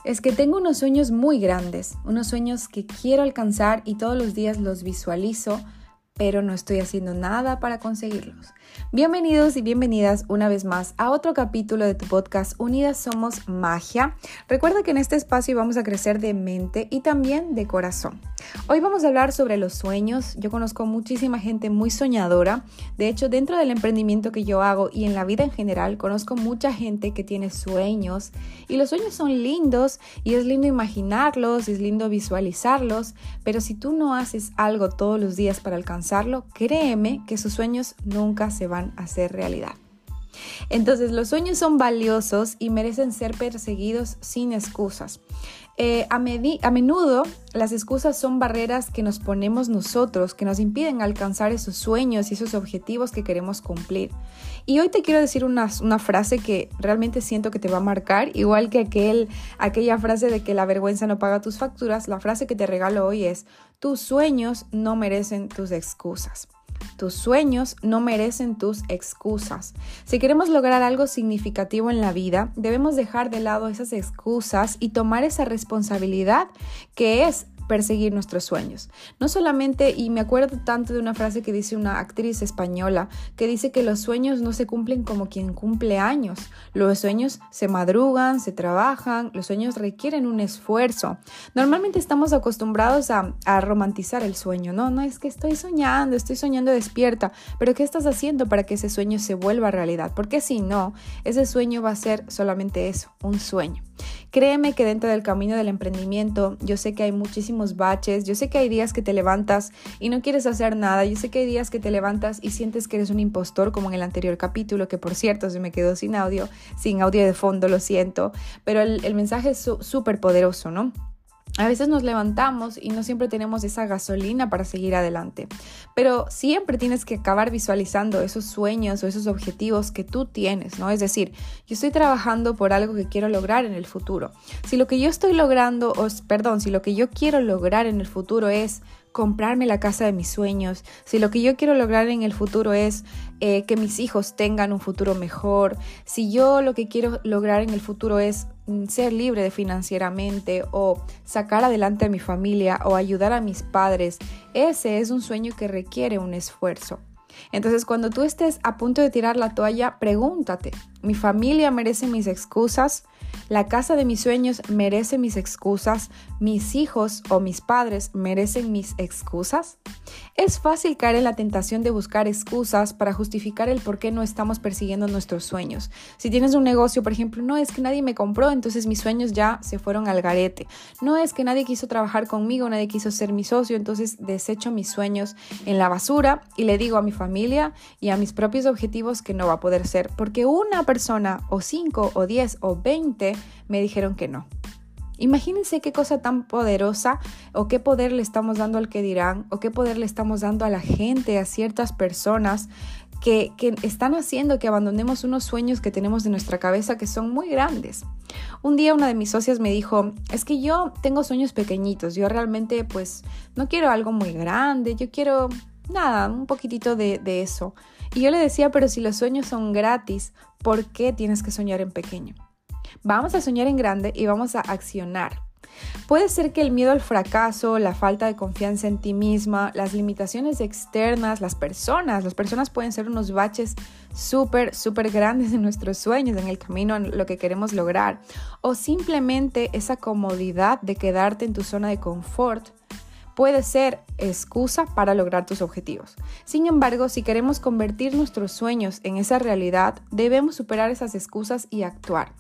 Es que tengo unos sueños muy grandes, unos sueños que quiero alcanzar y todos los días los visualizo, pero no estoy haciendo nada para conseguirlos. Bienvenidos y bienvenidas una vez más a otro capítulo de tu podcast Unidas Somos Magia. Recuerda que en este espacio vamos a crecer de mente y también de corazón. Hoy vamos a hablar sobre los sueños. Yo conozco muchísima gente muy soñadora. De hecho, dentro del emprendimiento que yo hago y en la vida en general, conozco mucha gente que tiene sueños y los sueños son lindos y es lindo imaginarlos, es lindo visualizarlos, pero si tú no haces algo todos los días para alcanzarlo, créeme que sus sueños nunca se van a hacer realidad. Entonces, los sueños son valiosos y merecen ser perseguidos sin excusas. A menudo las excusas son barreras que nos ponemos nosotros, que nos impiden alcanzar esos sueños y esos objetivos que queremos cumplir. Y hoy te quiero decir una frase que realmente siento que te va a marcar, igual que aquella frase de que la vergüenza no paga tus facturas. La frase que te regalo hoy es: tus sueños no merecen tus excusas. Tus sueños no merecen tus excusas. Si queremos lograr algo significativo en la vida, debemos dejar de lado esas excusas y tomar esa responsabilidad que es perseguir nuestros sueños. No solamente, y me acuerdo tanto de una frase que dice una actriz española, que dice que los sueños no se cumplen como quien cumple años. Los sueños se madrugan, se trabajan, los sueños requieren un esfuerzo. Normalmente estamos acostumbrados a romantizar el sueño. No, es que estoy soñando despierta. Pero ¿qué estás haciendo para que ese sueño se vuelva realidad? Porque si no, ese sueño va a ser solamente eso, un sueño. Créeme que dentro del camino del emprendimiento, yo sé que hay muchísimos baches, yo sé que hay días que te levantas y no quieres hacer nada, yo sé que hay días que te levantas y sientes que eres un impostor, como en el anterior capítulo, que por cierto se me quedó sin audio de fondo, lo siento, pero el mensaje es súper poderoso, ¿no? A veces nos levantamos y no siempre tenemos esa gasolina para seguir adelante, pero siempre tienes que acabar visualizando esos sueños o esos objetivos que tú tienes, ¿no? Es decir, yo estoy trabajando por algo que quiero lograr en el futuro. Si lo que yo quiero lograr en el futuro es comprarme la casa de mis sueños, si lo que yo quiero lograr en el futuro es que mis hijos tengan un futuro mejor, si yo lo que quiero lograr en el futuro es ser libre financieramente o sacar adelante a mi familia o ayudar a mis padres, ese es un sueño que requiere un esfuerzo. Entonces, cuando tú estés a punto de tirar la toalla, pregúntate: ¿mi familia merece mis excusas? ¿La casa de mis sueños merece mis excusas? ¿Mis hijos o mis padres merecen mis excusas? Es fácil caer en la tentación de buscar excusas para justificar el por qué no estamos persiguiendo nuestros sueños. Si tienes un negocio, por ejemplo, no es que nadie me compró, entonces mis sueños ya se fueron al garete. No es que nadie quiso trabajar conmigo, nadie quiso ser mi socio, entonces desecho mis sueños en la basura y le digo a mi familia y a mis propios objetivos que no va a poder ser, porque una persona o 5 o 10 o 20 me dijeron que no. Imagínense qué cosa tan poderosa, o qué poder le estamos dando al que dirán, o qué poder le estamos dando a la gente, a ciertas personas que están haciendo que abandonemos unos sueños que tenemos de nuestra cabeza que son muy grandes. Un día una de mis socias me dijo: es que yo tengo sueños pequeñitos, yo realmente pues no quiero algo muy grande, yo quiero nada, un poquitito de eso. Y yo le decía: pero si los sueños son gratis, ¿por qué tienes que soñar en pequeño? Vamos a soñar en grande y vamos a accionar. Puede ser que el miedo al fracaso, la falta de confianza en ti misma, las limitaciones externas, las personas pueden ser unos baches súper grandes en nuestros sueños, en el camino, en lo que queremos lograr. O simplemente esa comodidad de quedarte en tu zona de confort puede ser excusa para lograr tus objetivos. Sin embargo, si queremos convertir nuestros sueños en esa realidad, debemos superar esas excusas y actuar.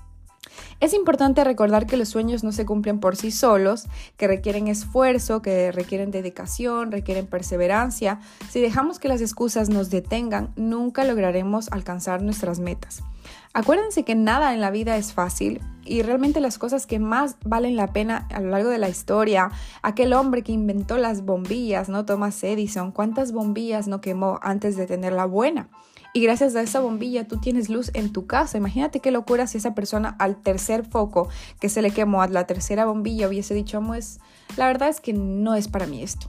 Es importante recordar que los sueños no se cumplen por sí solos, que requieren esfuerzo, que requieren dedicación, requieren perseverancia. Si dejamos que las excusas nos detengan, nunca lograremos alcanzar nuestras metas. Acuérdense que nada en la vida es fácil y realmente las cosas que más valen la pena a lo largo de la historia, aquel hombre que inventó las bombillas, ¿no? Thomas Edison, ¿cuántas bombillas no quemó antes de tener la buena? Y gracias a esa bombilla tú tienes luz en tu casa. Imagínate qué locura si esa persona al tercer foco que se le quemó, a la tercera bombilla, hubiese dicho: la verdad es que no es para mí esto.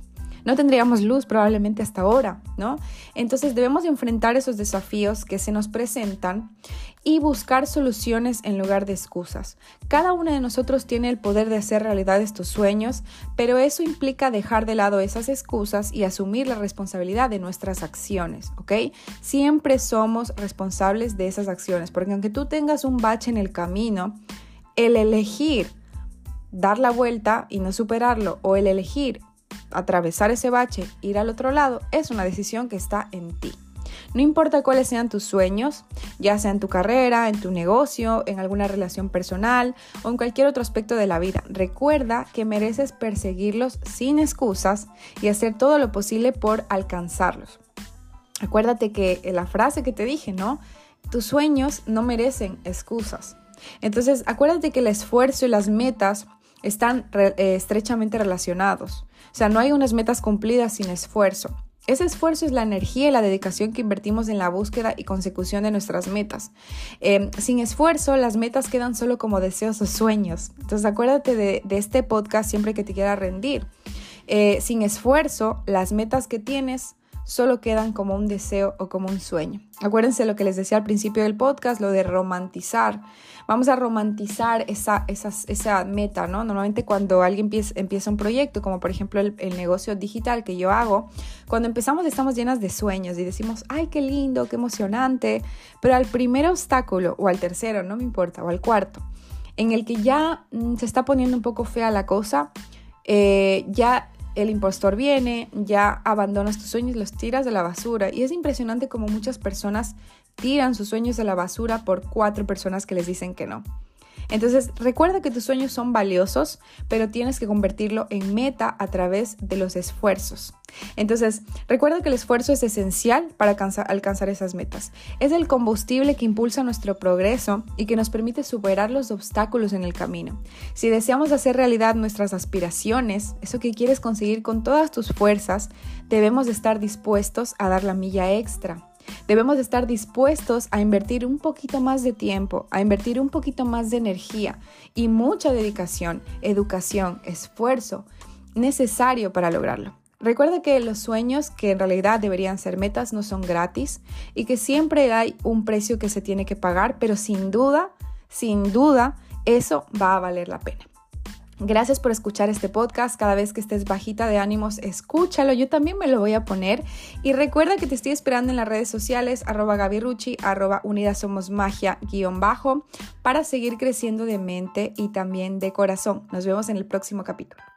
no tendríamos luz probablemente hasta ahora, ¿no? Entonces debemos enfrentar esos desafíos que se nos presentan y buscar soluciones en lugar de excusas. Cada uno de nosotros tiene el poder de hacer realidad estos sueños, pero eso implica dejar de lado esas excusas y asumir la responsabilidad de nuestras acciones, ¿ok? Siempre somos responsables de esas acciones, porque aunque tú tengas un bache en el camino, el elegir dar la vuelta y no superarlo, o el elegir atravesar ese bache, ir al otro lado, es una decisión que está en ti. No importa cuáles sean tus sueños, ya sea en tu carrera, en tu negocio, en alguna relación personal o en cualquier otro aspecto de la vida. Recuerda que mereces perseguirlos sin excusas y hacer todo lo posible por alcanzarlos. Acuérdate que la frase que te dije, ¿no? Tus sueños no merecen excusas. Entonces, acuérdate que el esfuerzo y las metas están estrechamente relacionados. O sea, no hay unas metas cumplidas sin esfuerzo. Ese esfuerzo es la energía y la dedicación que invertimos en la búsqueda y consecución de nuestras metas. Sin esfuerzo, las metas quedan solo como deseos o sueños. Entonces, acuérdate de este podcast siempre que te quieras rendir. Sin esfuerzo, las metas que tienes solo quedan como un deseo o como un sueño. Acuérdense lo que les decía al principio del podcast, lo de romantizar. Vamos a romantizar esa meta, ¿no? Normalmente cuando alguien empieza un proyecto, como por ejemplo el negocio digital que yo hago, cuando empezamos estamos llenas de sueños y decimos, ¡ay, qué lindo, qué emocionante! Pero al primer obstáculo, o al tercero, no me importa, o al cuarto, en el que ya se está poniendo un poco fea la cosa, ya el impostor viene, ya abandonas tus sueños, los tiras de la basura. Y es impresionante como muchas personas tiran sus sueños de la basura por 4 personas que les dicen que no. Entonces, recuerda que tus sueños son valiosos, pero tienes que convertirlo en meta a través de los esfuerzos. Entonces, recuerda que el esfuerzo es esencial para alcanzar esas metas. Es el combustible que impulsa nuestro progreso y que nos permite superar los obstáculos en el camino. Si deseamos hacer realidad nuestras aspiraciones, eso que quieres conseguir con todas tus fuerzas, debemos de estar dispuestos a dar la milla extra. Debemos de estar dispuestos a invertir un poquito más de tiempo, a invertir un poquito más de energía y mucha dedicación, educación, esfuerzo necesario para lograrlo. Recuerda que los sueños, que en realidad deberían ser metas, no son gratis y que siempre hay un precio que se tiene que pagar, pero sin duda, eso va a valer la pena. Gracias por escuchar este podcast. Cada vez que estés bajita de ánimos, escúchalo. Yo también me lo voy a poner. Y recuerda que te estoy esperando en las redes sociales, @GabyRucci, @UnidasSomosMagia_ para seguir creciendo de mente y también de corazón. Nos vemos en el próximo capítulo.